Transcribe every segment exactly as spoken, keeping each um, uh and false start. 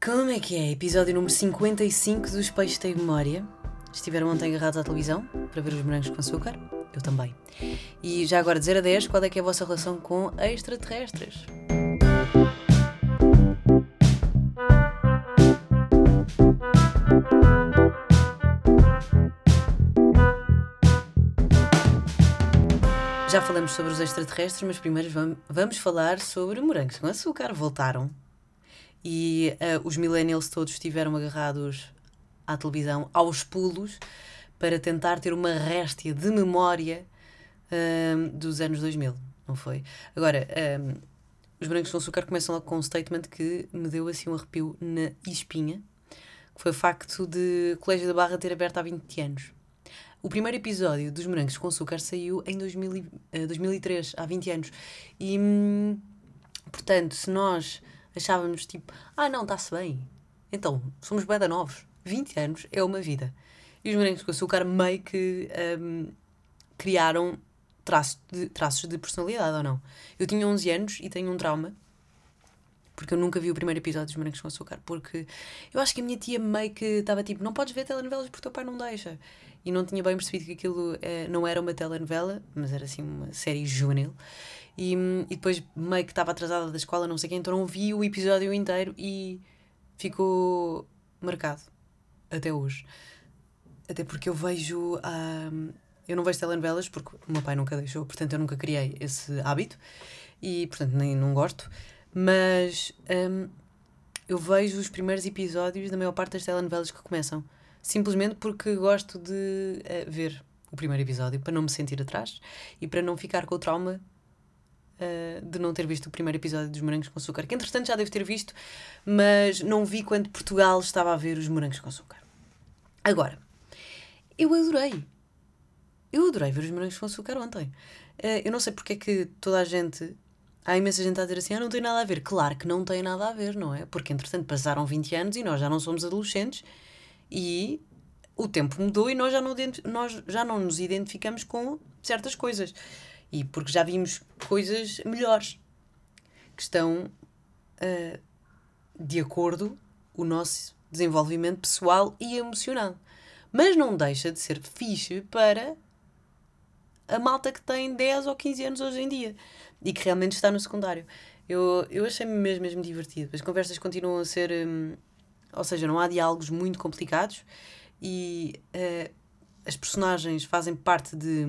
Como é que é? Episódio número cinquenta e cinco dos Peixes Têm Memória. Estiveram ontem agarrados à televisão para ver os morangos com açúcar? Eu também. E já agora, de zero a dez, qual é que é a vossa relação com extraterrestres? Já falamos sobre os extraterrestres, mas primeiro vamos, vamos falar sobre morangos com açúcar. Voltaram. E uh, os millennials todos estiveram agarrados à televisão aos pulos para tentar ter uma réstia de memória uh, dos anos dois mil, não foi? Agora, um, os morangos com açúcar começam com um statement que me deu assim um arrepio na espinha, que foi o facto de o Colégio da Barra ter aberto há vinte anos. O primeiro episódio dos Morangos com Açúcar saiu em dois mil, uh, dois mil e três, há vinte anos. E, hum, portanto, se nós achávamos tipo, ah não, está-se bem, então, somos bué da novos, vinte anos é uma vida. E os Morangos com Açúcar meio que um, criaram traços de, traços de personalidade, ou não? Eu tinha onze anos e tenho um trauma, porque eu nunca vi o primeiro episódio dos Morangos com Açúcar, porque eu acho que a minha tia meio que estava tipo, não podes ver telenovelas porque o teu pai não deixa. E não tinha bem percebido que aquilo eh, não era uma telenovela, mas era assim uma série juvenil. E, e depois meio que estava atrasada da escola, não sei quem, então não vi o episódio inteiro e ficou marcado até hoje. Até porque eu vejo... Um, eu não vejo telenovelas porque o meu pai nunca deixou, portanto eu nunca criei esse hábito e, portanto, nem não gosto. Mas um, eu vejo os primeiros episódios da maior parte das telenovelas que começam. Simplesmente porque gosto de uh, ver o primeiro episódio para não me sentir atrás e para não ficar com o trauma uh, de não ter visto o primeiro episódio dos Morangos com Açúcar, que entretanto já devo ter visto, mas não vi quando Portugal estava a ver os Morangos com Açúcar. Agora, eu adorei. Eu adorei ver os Morangos com Açúcar ontem. Uh, eu não sei porque é que toda a gente... Há imensa gente a dizer assim, ah, não tem nada a ver. Claro que não tem nada a ver, não é? Porque entretanto passaram vinte anos e nós já não somos adolescentes. E o tempo mudou e nós já não, nós já não nos identificamos com certas coisas. E porque já vimos coisas melhores que estão uh, de acordo com o nosso desenvolvimento pessoal e emocional. Mas não deixa de ser fixe para a malta que tem dez ou quinze anos hoje em dia e que realmente está no secundário. Eu, eu achei-me mesmo, mesmo divertido. As conversas continuam a ser... Um, ou seja, não há diálogos muito complicados e uh, as personagens fazem parte de...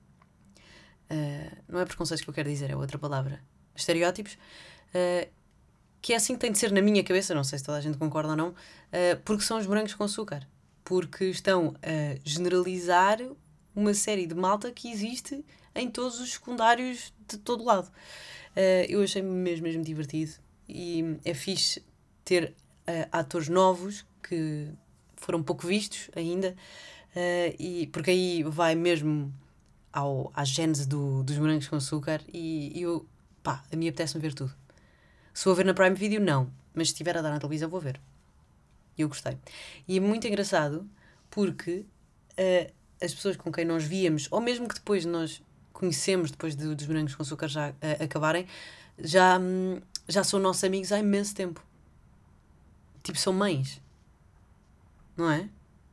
Uh, não é preconceitos que eu quero dizer, é outra palavra. Estereótipos. Uh, que é assim que tem de ser na minha cabeça, não sei se toda a gente concorda ou não, uh, porque são os morangos com açúcar. Porque estão a generalizar uma série de malta que existe em todos os secundários de todo lado. Uh, eu achei-me mesmo, mesmo divertido e é fixe ter... Uh, atores novos que foram pouco vistos ainda uh, e, porque aí vai mesmo ao, à gênese do, dos Morangos com Açúcar e, e eu, pá, a mim apetece-me ver tudo. Se vou ver na Prime Video, não, mas se estiver a dar na televisão vou ver. E eu gostei. E é muito engraçado porque uh, as pessoas com quem nós víamos, ou mesmo que depois nós conhecemos depois de, dos Morangos com Açúcar já uh, acabarem, já, um, já são nossos amigos há imenso tempo. Tipo, são mães. Não é?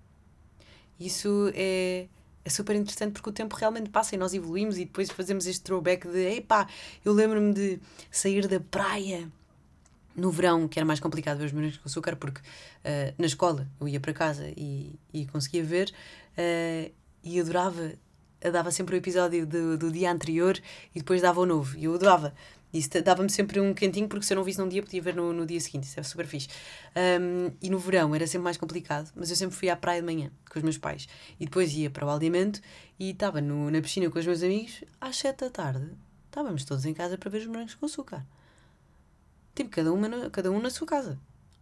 Isso é, é super interessante porque o tempo realmente passa e nós evoluímos e depois fazemos este throwback de epá, eu lembro-me de sair da praia no verão, que era mais complicado ver os Morangos com Açúcar porque uh, na escola eu ia para casa e, e conseguia ver uh, e adorava, dava sempre o episódio do, do dia anterior e depois dava o novo e eu adorava. Isso dava-me sempre um quentinho, porque se eu não visse num dia, podia ver no, no dia seguinte. Isso é super fixe. Um, e no verão era sempre mais complicado, mas eu sempre fui à praia de manhã com os meus pais. E depois ia para o aldeamento e estava no, na piscina com os meus amigos às sete da tarde. Estávamos todos em casa para ver os Morangos com Açúcar. Tipo, cada, uma na, cada um na sua casa.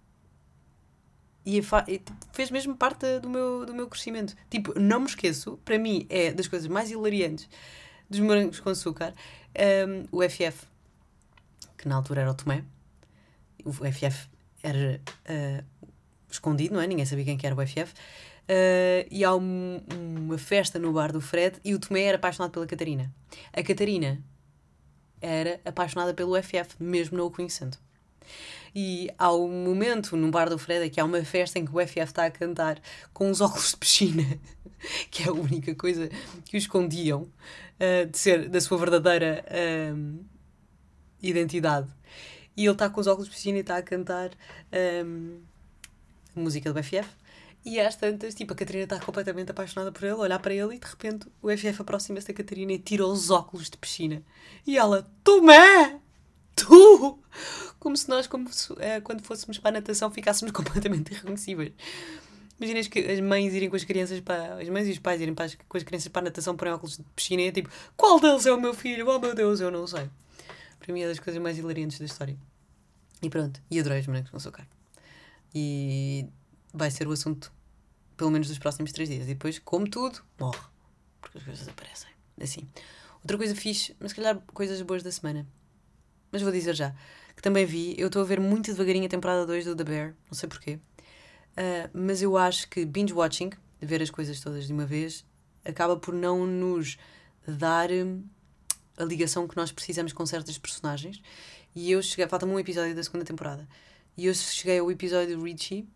E, fa- e fez mesmo parte do meu, do meu crescimento. Tipo, não me esqueço, para mim é das coisas mais hilariantes dos Morangos com Açúcar, um, o F F. Que na altura era o Tomé. O F F era uh, escondido, não é? Ninguém sabia quem que era o F F. Uh, e há um, uma festa no bar do Fred e o Tomé era apaixonado pela Catarina. A Catarina era apaixonada pelo F F, mesmo não o conhecendo. E há um momento no bar do Fred que há uma festa em que o F F está a cantar com os óculos de piscina, que é a única coisa que o escondiam uh, de ser da sua verdadeira um, identidade. E ele está com os óculos de piscina e está a cantar um, a música do F F. E às tantas, tipo, a Catarina está completamente apaixonada por ele, olhar para ele e de repente o F F aproxima-se da Catarina e tira os óculos de piscina. E ela, tu mé! Tu! Como se nós, como se, eh, quando fôssemos para a natação, ficássemos completamente irreconhecíveis. Imaginas que as mães irem com as crianças para... As mães e os pais irem para as, com as crianças para a natação, porem óculos de piscina e é tipo, qual deles é o meu filho? Oh meu Deus, eu não sei. Para mim é das coisas mais hilariantes da história. E pronto. E adorei os morangos com açúcar. E vai ser o assunto pelo menos dos próximos três dias. E depois, como tudo, morre. Porque as coisas aparecem. Assim. Outra coisa fixe, mas se calhar coisas boas da semana. Mas vou dizer já. Que também vi. Eu estou a ver muito devagarinho a temporada dois do The Bear. Não sei porquê. Uh, mas eu acho que binge-watching, de ver as coisas todas de uma vez, acaba por não nos dar um, a ligação que nós precisamos com certas personagens. E eu cheguei... Falta-me um episódio da segunda temporada. E eu cheguei ao episódio Richie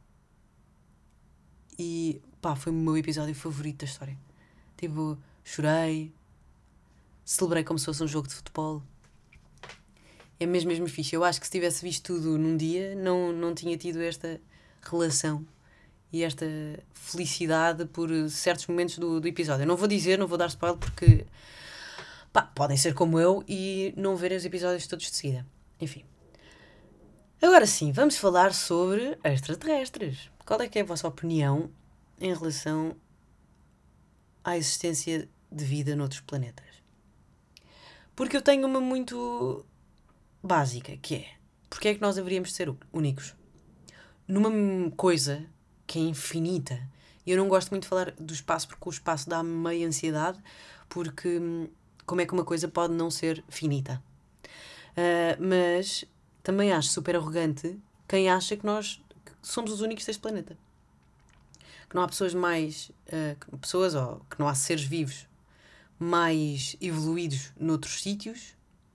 e pá, foi o meu episódio favorito da história. Tipo, chorei, celebrei como se fosse um jogo de futebol. É mesmo, mesmo fixe. Eu acho que se tivesse visto tudo num dia, não, não tinha tido esta relação e esta felicidade por certos momentos do, do episódio. Eu não vou dizer, não vou dar spoiler porque pá, podem ser como eu e não verem os episódios todos de seguida. Enfim. Agora sim, vamos falar sobre extraterrestres. Qual é que é a vossa opinião em relação à existência de vida noutros planetas? Porque eu tenho uma muito básica, que é, porque é que nós haveríamos de ser únicos? Numa coisa que é infinita. E eu não gosto muito de falar do espaço porque o espaço dá-me meio ansiedade, porque como é que uma coisa pode não ser finita? Uh, mas... Também acho super arrogante quem acha que nós somos os únicos deste planeta. Que não há pessoas mais... Uh, pessoas, ou que não há seres vivos mais evoluídos noutros sítios,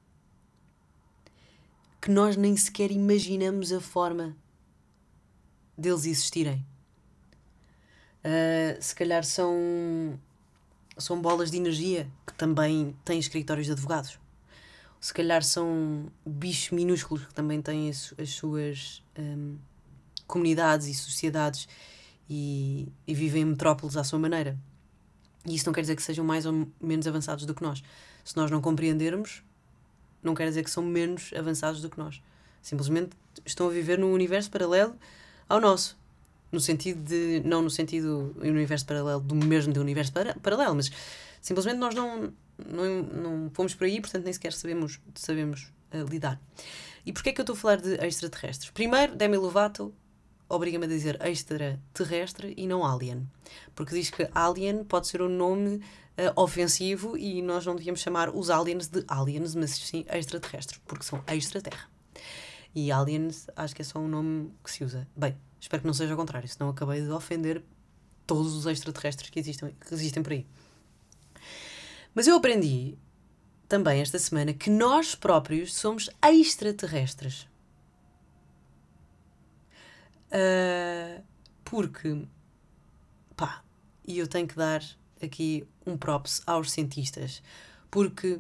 que nós nem sequer imaginamos a forma deles existirem. Uh, se calhar são, são bolas de energia que também têm escritórios de advogados. Se calhar são bichos minúsculos que também têm as, as suas um, comunidades e sociedades e, e vivem em metrópoles à sua maneira. E isso não quer dizer que sejam mais ou menos avançados do que nós. Se nós não compreendermos, não quer dizer que são menos avançados do que nós. Simplesmente estão a viver num universo paralelo ao nosso. No sentido de... Não no sentido do universo paralelo do mesmo do universo para, paralelo, mas simplesmente nós não... Não, não fomos por aí, portanto nem sequer sabemos, sabemos uh, lidar. E porquê é que eu estou a falar de extraterrestres? Primeiro, Demi Lovato obriga-me a dizer extraterrestre e não alien. Porque diz que alien pode ser um nome uh, ofensivo e nós não devíamos chamar os aliens de aliens, mas sim extraterrestres, porque são extraterra. E aliens acho que é só um nome que se usa. Bem, espero que não seja o contrário, senão acabei de ofender todos os extraterrestres que existem, que existem por aí. Mas eu aprendi também esta semana que nós próprios somos extraterrestres. Uh, porque, pá, e eu tenho que dar aqui um props aos cientistas. Porque,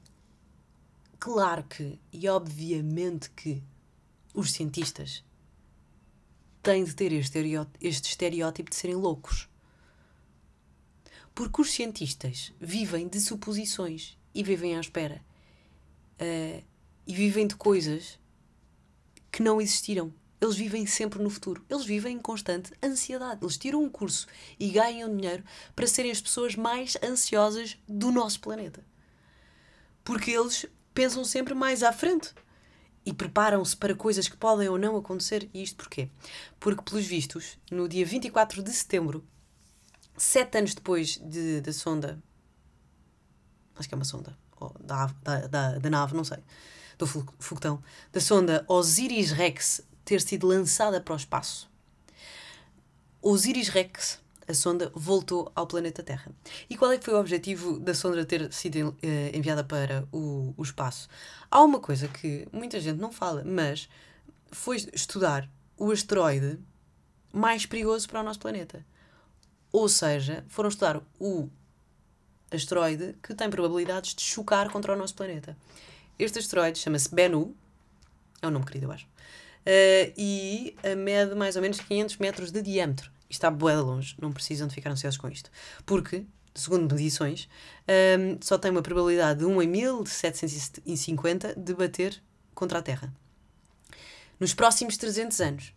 claro que, e obviamente que, os cientistas têm de ter este estereótipo de serem loucos. Porque os cientistas vivem de suposições e vivem à espera. Uh, e vivem de coisas que não existiram. Eles vivem sempre no futuro. Eles vivem em constante ansiedade. Eles tiram um curso e ganham dinheiro para serem as pessoas mais ansiosas do nosso planeta. Porque eles pensam sempre mais à frente. E preparam-se para coisas que podem ou não acontecer. E isto porquê? Porque, pelos vistos, no dia vinte e quatro de setembro, sete anos depois de, da sonda, acho que é uma sonda, ou da, da, da, da nave, não sei, do foguetão, da sonda Osiris-Rex ter sido lançada para o espaço, Osiris-Rex, a sonda, voltou ao planeta Terra. E qual é que foi o objetivo da sonda ter sido uh, enviada para o, o espaço? Há uma coisa que muita gente não fala, mas foi estudar o asteroide mais perigoso para o nosso planeta. Ou seja, foram estudar o asteroide que tem probabilidades de chocar contra o nosso planeta. Este asteroide chama-se Bennu, é um nome querido, eu acho, uh, e mede mais ou menos quinhentos metros de diâmetro. Isto está bué de longe, não precisam de ficar ansiosos com isto. Porque, segundo medições, um, só tem uma probabilidade de um em mil setecentos e cinquenta de bater contra a Terra. Nos próximos trezentos anos.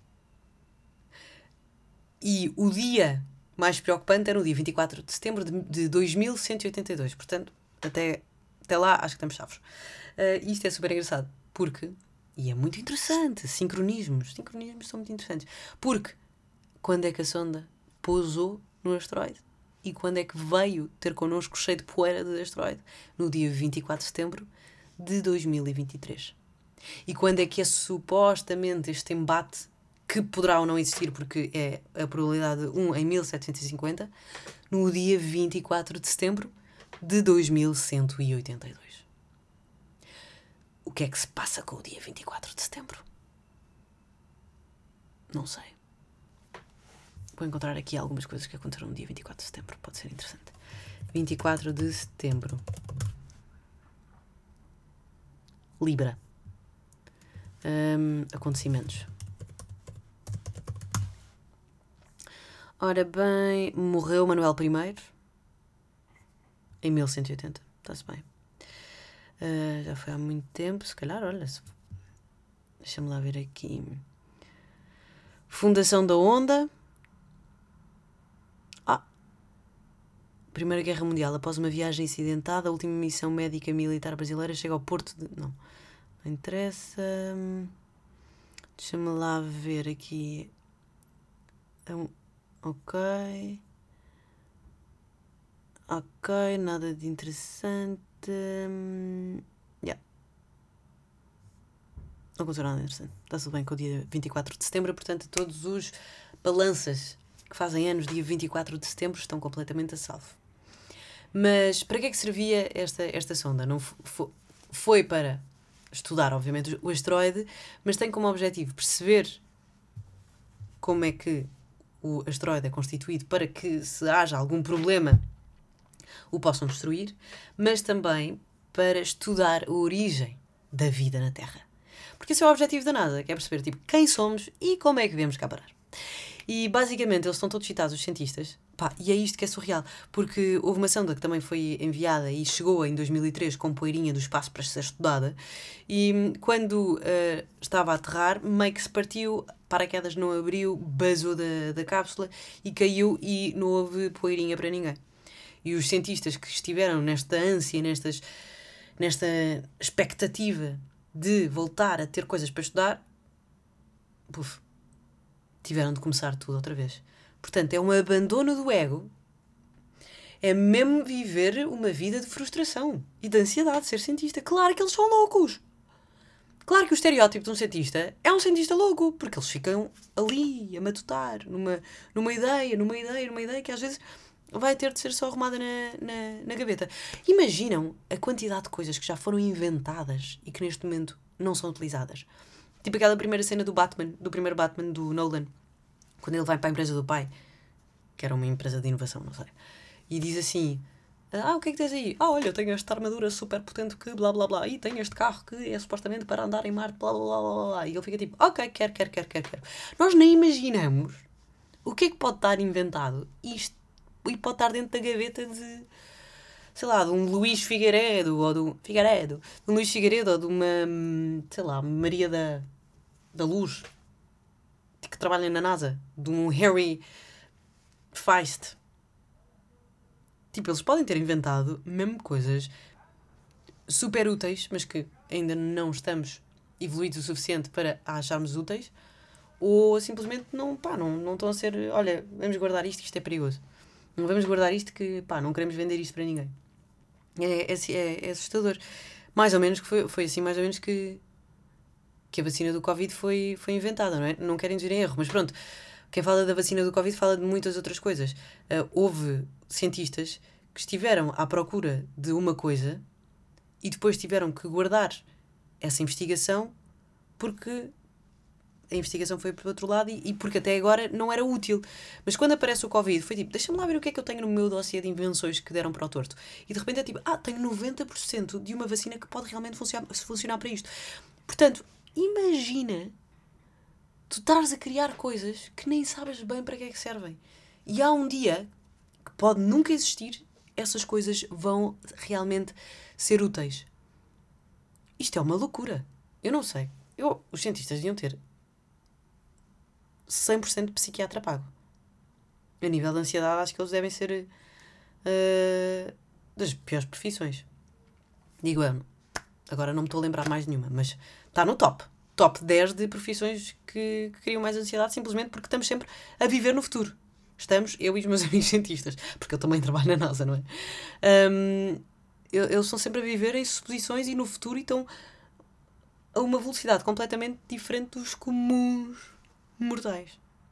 E o dia mais preocupante era no dia vinte e quatro de setembro de, de dois mil cento e oitenta e dois. Portanto, até, até lá acho que estamos salvos. Uh, isto é super engraçado. Porque, e é muito interessante, sincronismos. Sincronismos são muito interessantes. Porque, quando é que a sonda pousou no asteroide? E quando é que veio ter connosco cheio de poeira de asteroide? No dia vinte e quatro de setembro de dois mil e vinte e três. E quando é que é supostamente este embate, que poderá ou não existir, porque é a probabilidade de um em mil setecentos e cinquenta, no dia vinte e quatro de setembro de dois mil cento e oitenta e dois. O que é que se passa com o dia vinte e quatro de setembro? Não sei. Vou encontrar aqui algumas coisas que aconteceram no dia vinte e quatro de setembro. Pode ser interessante. vinte e quatro de setembro. Libra. Um, acontecimentos. Ora bem, morreu Manuel I em mil cento e oitenta. Está-se bem. Uh, já foi há muito tempo, se calhar, olha. Se... Deixa-me lá ver aqui. Fundação da Onda. Ah! Primeira Guerra Mundial. Após uma viagem acidentada, a última missão médica militar brasileira chega ao porto de... Não, não interessa. Deixa-me lá ver aqui. Um... Ok. Ok, nada de interessante. Yeah. Não aconteceu nada interessante. Está tudo bem com o dia vinte e quatro de setembro, portanto, todos os balanças que fazem anos dia vinte e quatro de setembro estão completamente a salvo. Mas para que é que servia esta, esta sonda? Não f- foi para estudar, obviamente, o asteroide, mas tem como objetivo perceber como é que o asteroide é constituído para que, se haja algum problema, o possam destruir, mas também para estudar a origem da vida na Terra. Porque esse é o objetivo da NASA, que é perceber tipo, quem somos e como é que viemos cá parar. E basicamente eles estão todos citados, os cientistas, pá, e é isto que é surreal, porque houve uma sonda que também foi enviada e chegou em dois mil e três com poeirinha do espaço para ser estudada, e quando uh, estava a aterrar, meio que se partiu, paraquedas não abriu, basou da, da cápsula e caiu e não houve poeirinha para ninguém. E os cientistas que estiveram nesta ânsia, nestas, nesta expectativa de voltar a ter coisas para estudar, puf, tiveram de começar tudo outra vez. Portanto, é um abandono do ego. É mesmo viver uma vida de frustração e de ansiedade, ser cientista. Claro que eles são loucos. Claro que o estereótipo de um cientista é um cientista louco, porque eles ficam ali a matutar numa, numa ideia, numa ideia, numa ideia que às vezes vai ter de ser só arrumada na, na, na gaveta. Imaginam a quantidade de coisas que já foram inventadas e que neste momento não são utilizadas. Tipo aquela primeira cena do Batman, do primeiro Batman do Nolan, quando ele vai para a empresa do pai, que era uma empresa de inovação, não sei, e diz assim: ah, o que é que tens aí? Ah, olha, eu tenho esta armadura super potente que blá blá blá, e tenho este carro que é supostamente para andar em Marte, blá blá blá blá blá. E ele fica tipo: ok, quero, quero, quero, quero, quero. Nós nem imaginamos o que é que pode estar inventado isto, e pode estar dentro da gaveta de, sei lá, de um Luís Figueiredo, ou de um Figueiredo, de um Luís Figueiredo, ou de uma, sei lá, Maria da, da Luz, que trabalha na NASA, de um Harry Feist. Tipo, eles podem ter inventado mesmo coisas super úteis, mas que ainda não estamos evoluídos o suficiente para a acharmos úteis, ou simplesmente não, pá, não, não estão a ser, olha, vamos guardar isto, que isto é perigoso. Não vamos guardar isto que, pá, não queremos vender isto para ninguém. É, é, é, é assustador. Mais ou menos que foi, foi assim, mais ou menos que, que a vacina do Covid foi, foi inventada, não é? Não querem dizer em erro, mas pronto. Quem fala da vacina do Covid fala de muitas outras coisas. Uh, houve cientistas que estiveram à procura de uma coisa e depois tiveram que guardar essa investigação porque a investigação foi para o outro lado e, e porque até agora não era útil. Mas quando aparece o Covid, foi tipo, deixa-me lá ver o que é que eu tenho no meu dossiê de invenções que deram para o torto. E de repente é tipo, ah, tenho noventa por cento de uma vacina que pode realmente funcionar, funcionar para isto. Portanto, imagina tu estares a criar coisas que nem sabes bem para que é que servem. E há um dia que pode nunca existir, essas coisas vão realmente ser úteis. Isto é uma loucura. Eu não sei. Eu, os cientistas deviam ter cem por cento de psiquiatra pago. A nível de ansiedade, acho que eles devem ser uh, das piores profissões. Digo eu. Agora não me estou a lembrar mais nenhuma, mas está no top. Top dez de profissões que, que criam mais ansiedade, simplesmente porque estamos sempre a viver no futuro. Estamos, eu e os meus amigos cientistas, porque eu também trabalho na NASA, não é? Um, eles estão sempre a viver em suposições e no futuro e estão a uma velocidade completamente diferente dos comuns mortais.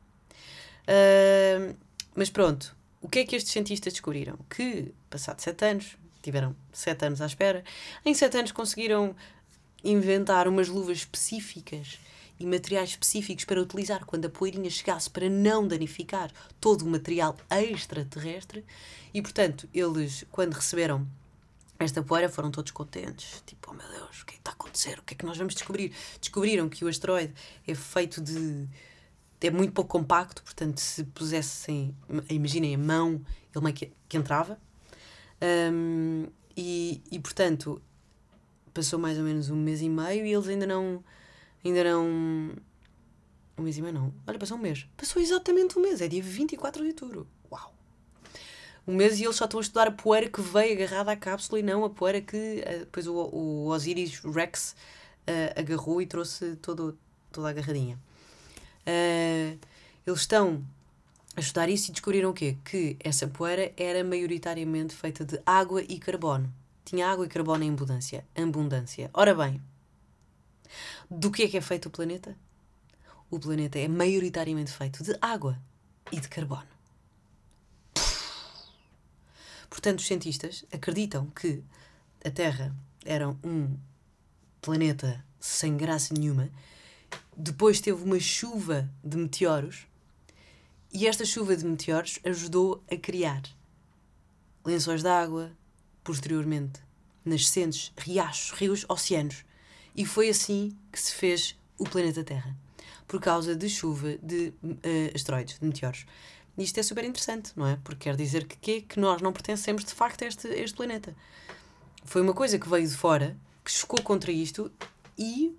Uh, mas pronto, o que é que estes cientistas descobriram? Que, passados sete anos, tiveram sete anos à espera, em sete anos conseguiram inventar umas luvas específicas e materiais específicos para utilizar quando a poeirinha chegasse para não danificar todo o material extraterrestre. E, portanto, eles, quando receberam esta poeira, foram todos contentes. Tipo, oh meu Deus, o que é que está a acontecer? O que é que nós vamos descobrir? Descobriram que o asteroide é feito de... é muito pouco compacto, portanto, se pusessem, imaginem, a mão, ele meio que, que entrava. Um, e, e, portanto, passou mais ou menos um mês e meio e eles ainda não... Ainda não... Um mês e meio não. Olha, passou um mês. Passou exatamente um mês. É dia vinte e quatro de outubro. Uau! Um mês e eles só estão a estudar a poeira que veio agarrada à cápsula e não a poeira que uh, depois o, o Osiris Rex uh, agarrou e trouxe todo, toda a agarradinha. Uh, eles estão a estudar isso e descobriram o quê? Que essa poeira era maioritariamente feita de água e carbono. Tinha água e carbono em abundância. abundância. Ora bem, do que é que é feito o planeta? O planeta é maioritariamente feito de água e de carbono. Portanto, os cientistas acreditam que a Terra era um planeta sem graça nenhuma. Depois teve uma chuva de meteoros e esta chuva de meteoros ajudou a criar lençóis de água, posteriormente nascentes, riachos, rios, oceanos. E foi assim que se fez o planeta Terra, por causa de chuva de uh, asteroides, de meteoros. E isto é super interessante, não é? Porque quer dizer que, que, que nós não pertencemos de facto a este, a este planeta. Foi uma coisa que veio de fora, que chocou contra isto e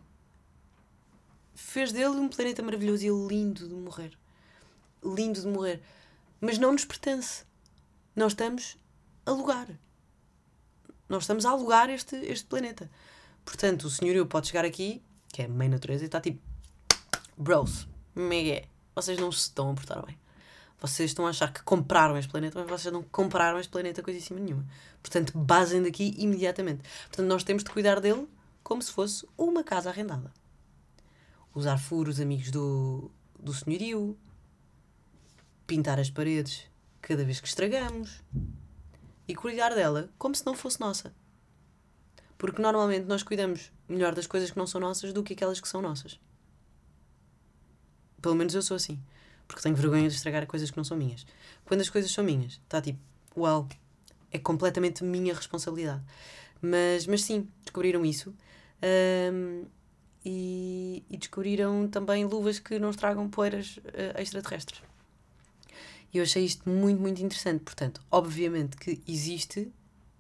fez dele um planeta maravilhoso e lindo de morrer. Lindo de morrer. Mas não nos pertence. Nós estamos a alugar. Nós estamos a alugar este, este planeta. Portanto, o senhorio pode chegar aqui, que é meio natureza, e está tipo... Bros, mega, vocês não se estão a portar bem. Vocês estão a achar que compraram este planeta, mas vocês não compraram este planeta coisíssima nenhuma. Portanto, basem daqui imediatamente. Portanto, nós temos de cuidar dele como se fosse uma casa arrendada. Usar furos amigos do, do senhorio. Pintar as paredes cada vez que estragamos. E cuidar dela como se não fosse nossa. Porque normalmente nós cuidamos melhor das coisas que não são nossas do que aquelas que são nossas. Pelo menos eu sou assim. Porque tenho vergonha de estragar coisas que não são minhas. Quando as coisas são minhas, está tipo, uau, é completamente minha responsabilidade. Mas, mas sim, descobriram isso. Um, e, e descobriram também luvas que não estragam poeiras uh, extraterrestres. E eu achei isto muito, muito interessante. Portanto, obviamente que existe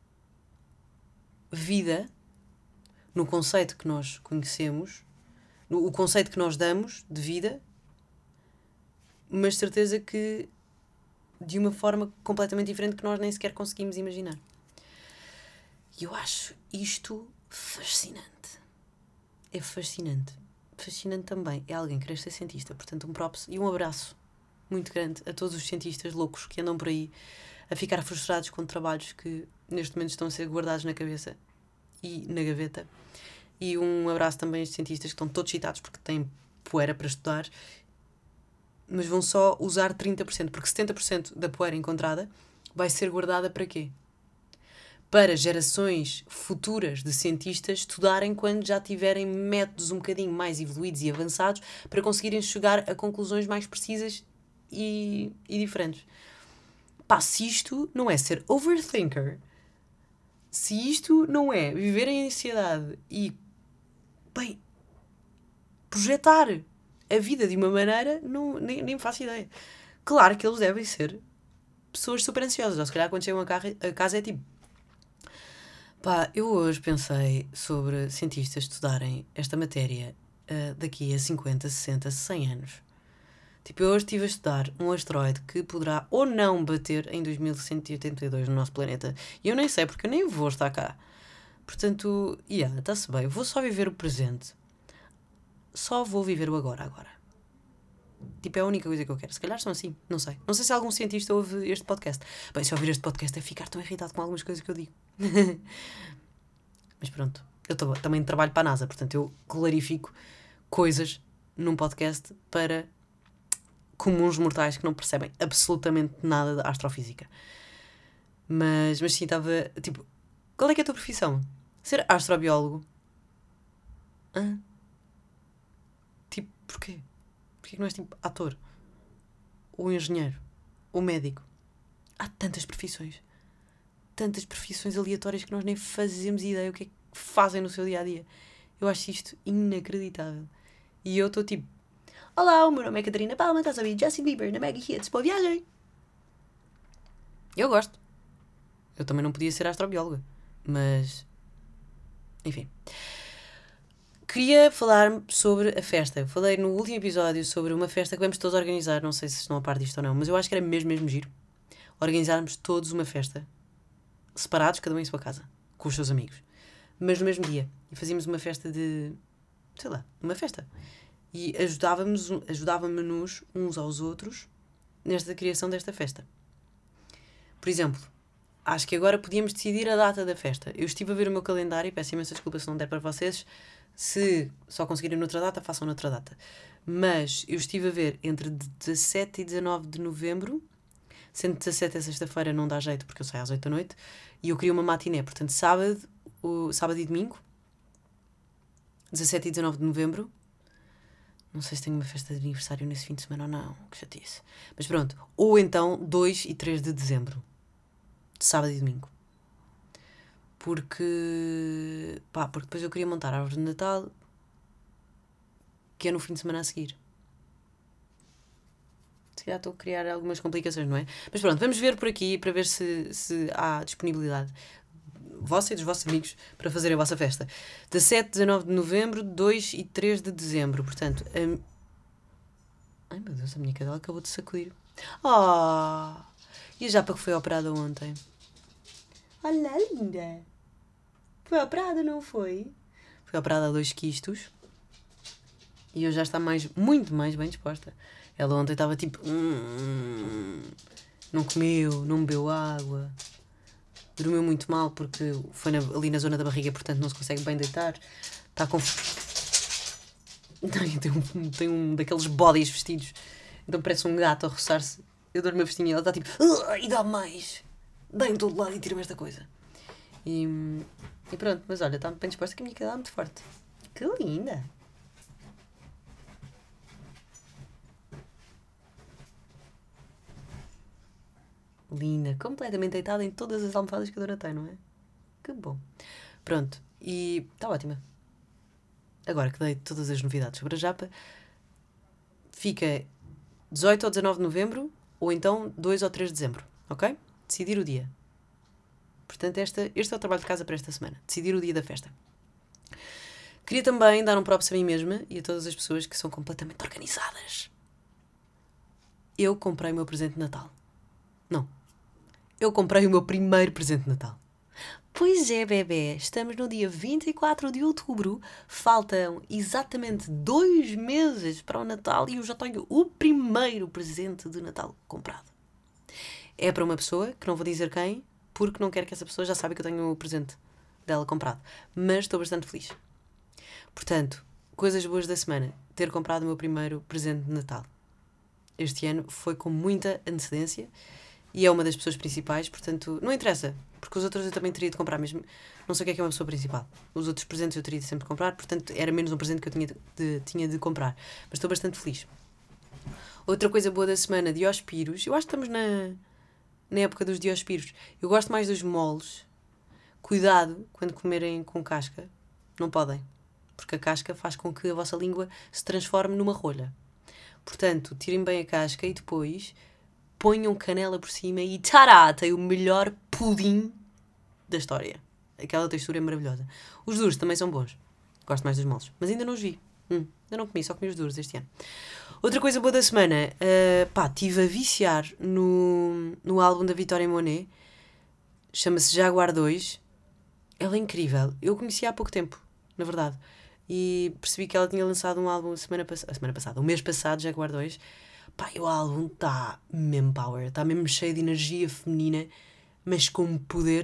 vida no conceito que nós conhecemos, no o conceito que nós damos de vida, mas certeza que de uma forma completamente diferente que nós nem sequer conseguimos imaginar. E eu acho isto fascinante. É fascinante. Fascinante também. É alguém que quer ser cientista. Portanto, um props e um abraço muito grande a todos os cientistas loucos que andam por aí a ficar frustrados com trabalhos que neste momento estão a ser guardados na cabeça e na gaveta. E um abraço também a estes cientistas que estão todos excitados porque têm poeira para estudar, mas vão só usar trinta por cento, porque setenta por cento da poeira encontrada vai ser guardada para quê? para gerações futuras de cientistas estudarem quando já tiverem métodos um bocadinho mais evoluídos e avançados para conseguirem chegar a conclusões mais precisas e, e diferentes. Pá, se isto não é ser overthinker, se isto não é viver em ansiedade e, bem, projetar a vida de uma maneira, não, nem, nem faço ideia. Claro que eles devem ser pessoas super ansiosas. Ou se calhar quando chegam a, carro, a casa é tipo... Pá, eu hoje pensei sobre cientistas estudarem esta matéria uh, daqui a cinquenta, sessenta, cem anos. Tipo, eu hoje estive a estudar um asteroide que poderá ou não bater em dois mil cento e oitenta e dois no nosso planeta. E eu nem sei, porque eu nem vou estar cá. Portanto, yeah, está-se bem. Vou só viver o presente. Só vou viver o agora, agora. Tipo, é a única coisa que eu quero. Se calhar são assim, não sei. Não sei se algum cientista ouve este podcast. Bem, se ouvir este podcast é ficar tão irritado com algumas coisas que eu digo. Mas pronto, eu tô, também trabalho para a NASA, portanto eu clarifico coisas num podcast para comuns mortais que não percebem absolutamente nada da astrofísica. Mas, mas sim, estava, tipo, qual é que é a tua profissão? Ser astrobiólogo? Hã? Tipo, porquê? Porquê que não és tipo ator? Ou engenheiro? Ou médico? Há tantas profissões. Tantas profissões aleatórias que nós nem fazemos ideia o que é que fazem no seu dia-a-dia. Eu acho isto inacreditável. E eu estou tipo... Olá, o meu nome é Catarina Palma, estás a ouvir Justin Bieber na Maggie Hits, boa viagem! Eu gosto. Eu também não podia ser astrobióloga. Mas... Enfim. Queria falar sobre a festa. Eu falei no último episódio sobre uma festa que vamos todos organizar. Não sei se estão a par disto ou não, mas eu acho que era mesmo, mesmo giro. Organizarmos todos uma festa. Separados, cada um em sua casa. Com os seus amigos. Mas no mesmo dia. E fazíamos uma festa de... Sei lá, uma festa. E ajudávamos, ajudávamos-nos uns aos outros nesta criação desta festa. Por exemplo, acho que agora podíamos decidir a data da festa. Eu estive a ver o meu calendário e peço imensa desculpa se não der para vocês. Se só conseguirem noutra data, façam noutra data. Mas eu estive a ver entre dezassete e dezanove de novembro, sendo dezassete é sexta-feira, não dá jeito porque eu saio às oito da noite, e eu queria uma matiné, portanto sábado, o, sábado e domingo, dezassete e dezanove de novembro. Não sei se tenho uma festa de aniversário nesse fim de semana ou não, que chatice. Mas pronto, ou então dois e três de dezembro, de sábado e domingo. Porque, pá, porque depois eu queria montar a árvore de Natal, que é no fim de semana a seguir. Se calhar estou a criar algumas complicações, não é? Mas pronto, vamos ver por aqui para ver se, se há disponibilidade, vossa e dos vossos amigos, para fazerem a vossa festa. dezassete, dezanove de novembro, dois e três de dezembro. Portanto, a... ai meu Deus, a minha cadela acabou de sacudir. Oh! E a japa que foi operada ontem? Olha, linda! Foi operada, não foi? Foi operada a dois quistos. E hoje já está mais, muito mais bem disposta. Ela ontem estava tipo... Hum, não comeu, não bebeu água. Dormiu muito mal porque foi na, ali na zona da barriga, portanto não se consegue bem deitar. Está com... Tem um, tem um daqueles bodies vestidos. Então parece um gato a roçar-se. Eu dou-lhe uma vestinha e ela está tipo... E dá mais! Dá-me todo lado e tira-me esta coisa. E, e pronto, mas olha, está bem disposta que a minha cadela é muito forte. Que linda! Linda, completamente deitada em todas as almofadas que a dona tem, não é? Que bom. Pronto, e está ótima. Agora que dei todas as novidades sobre a japa, fica dezoito ou dezanove de novembro, ou então dois ou três de dezembro, ok? Decidir o dia. Portanto, esta, este é o trabalho de casa para esta semana. Decidir o dia da festa. Queria também dar um props a mim mesma e a todas as pessoas que são completamente organizadas. Eu comprei o meu presente de Natal. Não. Eu comprei o meu primeiro presente de Natal. Pois é, bebê. Estamos no dia vinte e quatro de outubro. Faltam exatamente dois meses para o Natal e eu já tenho o primeiro presente de Natal comprado. É para uma pessoa, que não vou dizer quem, porque não quero que essa pessoa já saiba que eu tenho o presente dela comprado. Mas estou bastante feliz. Portanto, coisas boas da semana. Ter comprado o meu primeiro presente de Natal. Este ano foi com muita antecedência e é uma das pessoas principais, portanto, não interessa, porque os outros eu também teria de comprar mesmo. Não sei o que é que é uma pessoa principal. Os outros presentes eu teria de sempre comprar, portanto, era menos um presente que eu tinha de, de, tinha de comprar. Mas estou bastante feliz. Outra coisa boa da semana, Diospiros. Eu acho que estamos na, na época dos Diospiros. Eu gosto mais dos moles. Cuidado quando comerem com casca. Não podem. Porque a casca faz com que a vossa língua se transforme numa rolha. Portanto, tirem bem a casca e depois ponham canela por cima e tará, tem o melhor pudim da história. Aquela textura é maravilhosa. Os duros também são bons. Gosto mais dos moles. Mas ainda não os vi. Hum, ainda não comi, só comi os duros este ano. Outra coisa boa da semana. Uh, pá, estive a viciar no, no álbum da Vitória Monet. Chama-se Jaguar dois. Ela é incrível. Eu conheci há pouco tempo, na verdade. E percebi que ela tinha lançado um álbum semana, pass- a semana passada, o mês passado, Jaguar dois. Pá, e o álbum está mesmo power. Está mesmo cheio de energia feminina, mas com poder.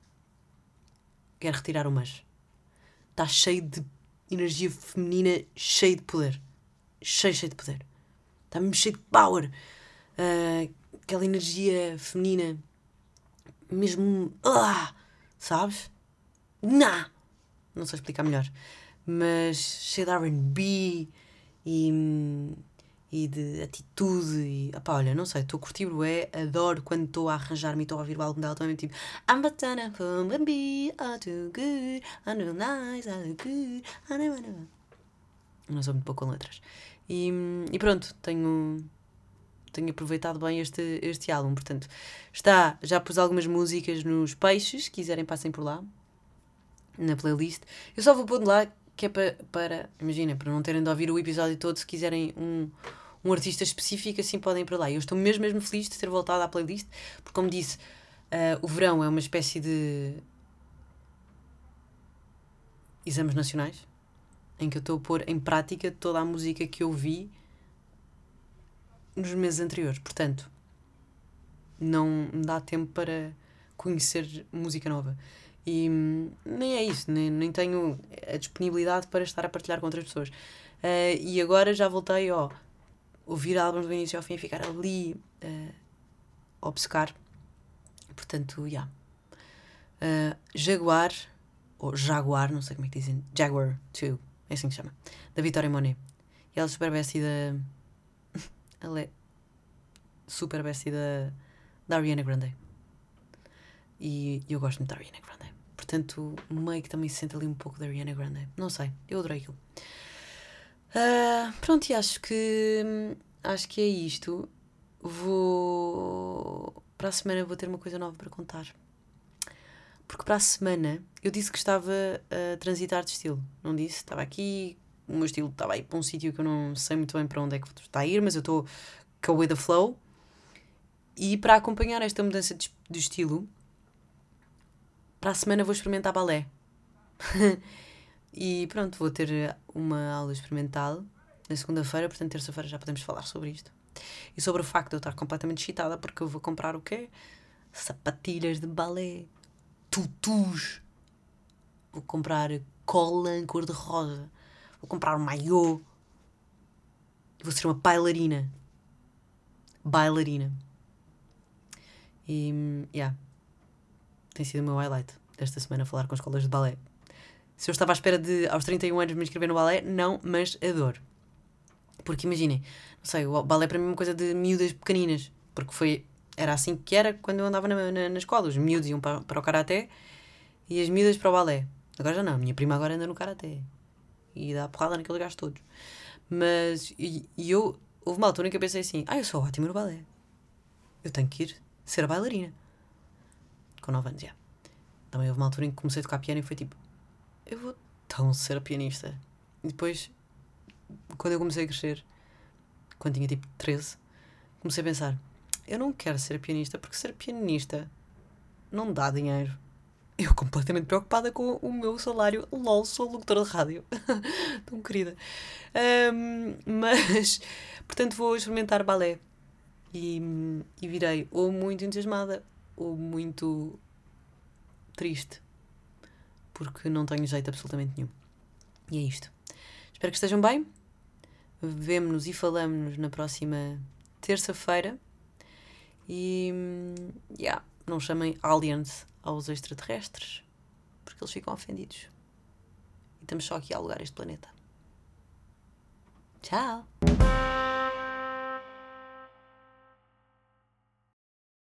Quero retirar o mas. Está cheio de energia feminina, cheio de poder. Cheio, cheio de poder. Está mesmo cheio de power. Uh, aquela energia feminina, mesmo. Ah, sabes? Nah! Não sei explicar melhor. Mas cheio de R and B e, e de atitude. E, opá, olha, não sei, estou a curtir bué, adoro quando estou a arranjar-me e estou a ouvir o álbum dela, também tipo I'm but done from and be all too good, I know nice, I look good, I know, I know. Não sou muito pouco com letras. E, e pronto, tenho, tenho aproveitado bem este, este álbum, portanto, está, já pus algumas músicas nos peixes, se quiserem passem por lá, na playlist. Eu só vou pôr de lá que é para, para imagina, para não terem de ouvir o episódio todo, se quiserem um, um artista específico, assim podem ir para lá. Eu estou mesmo, mesmo feliz de ter voltado à playlist, porque como disse, uh, o verão é uma espécie de exames nacionais, em que eu estou a pôr em prática toda a música que eu vi nos meses anteriores. Portanto, não dá tempo para conhecer música nova. E nem é isso, nem, nem tenho a disponibilidade para estar a partilhar com outras pessoas. Uh, e agora já voltei a ouvir álbuns do início ao fim e ficar ali uh, a obcecar. Portanto, já. Yeah. Uh, Jaguar, ou Jaguar, não sei como é que dizem, Jaguar dois, é assim que se chama, da Vitória Monet. E ela é super bestie da. Ela é super bestie da, da Ariana Grande. E eu gosto muito da Ariana Grande. Portanto, meio que também se sente ali um pouco da Ariana Grande. Não sei, eu adorei aquilo. Uh, pronto, e acho que acho que é isto. Vou. Para a semana vou ter uma coisa nova para contar. Porque para a semana eu disse que estava a transitar de estilo. Não disse? Estava aqui, o meu estilo estava aí para um sítio que eu não sei muito bem para onde é que está a ir, mas eu estou com with the flow. E para acompanhar esta mudança de, de estilo, para a semana vou experimentar balé. E pronto, vou ter uma aula experimental na segunda-feira, portanto terça-feira já podemos falar sobre isto. E sobre o facto de eu estar completamente excitada porque eu vou comprar o quê? Sapatilhas de balé, tutus, vou comprar cola em cor-de-rosa, vou comprar um maiô, vou ser uma bailarina. Bailarina. E, yeah, tem sido o meu highlight desta semana falar com escolas de balé. Se eu estava à espera de, aos trinta e um anos, me inscrever no balé, não, mas adoro. Porque imaginem, não sei, o balé para mim é uma coisa de miúdas pequeninas, porque foi, era assim que era quando eu andava na, na, na escola. Os miúdos iam para, para o karaté e as miúdas para o balé. Agora já não, a minha prima agora anda no karaté e dá porrada naqueles gajos todos. Mas, e, e eu, houve uma altura em que eu pensei assim, ah, eu sou ótima no balé, eu tenho que ir ser bailarina. Com nove anos, já. Também houve uma altura em que comecei a tocar piano e foi tipo, eu vou tão ser pianista. E depois, quando eu comecei a crescer, quando tinha tipo treze, comecei a pensar, eu não quero ser pianista porque ser pianista não dá dinheiro. Eu completamente preocupada com o meu salário. LOL, sou locutora de rádio. Tão querida. Um, mas, portanto, vou experimentar balé. E, e virei ou muito entusiasmada ou muito triste. Porque não tenho jeito absolutamente nenhum. E é isto. Espero que estejam bem. Vemo-nos e falamos-nos na próxima terça-feira. E, yeah, não chamem aliens aos extraterrestres, porque eles ficam ofendidos. E estamos só aqui a alugar este planeta. Tchau!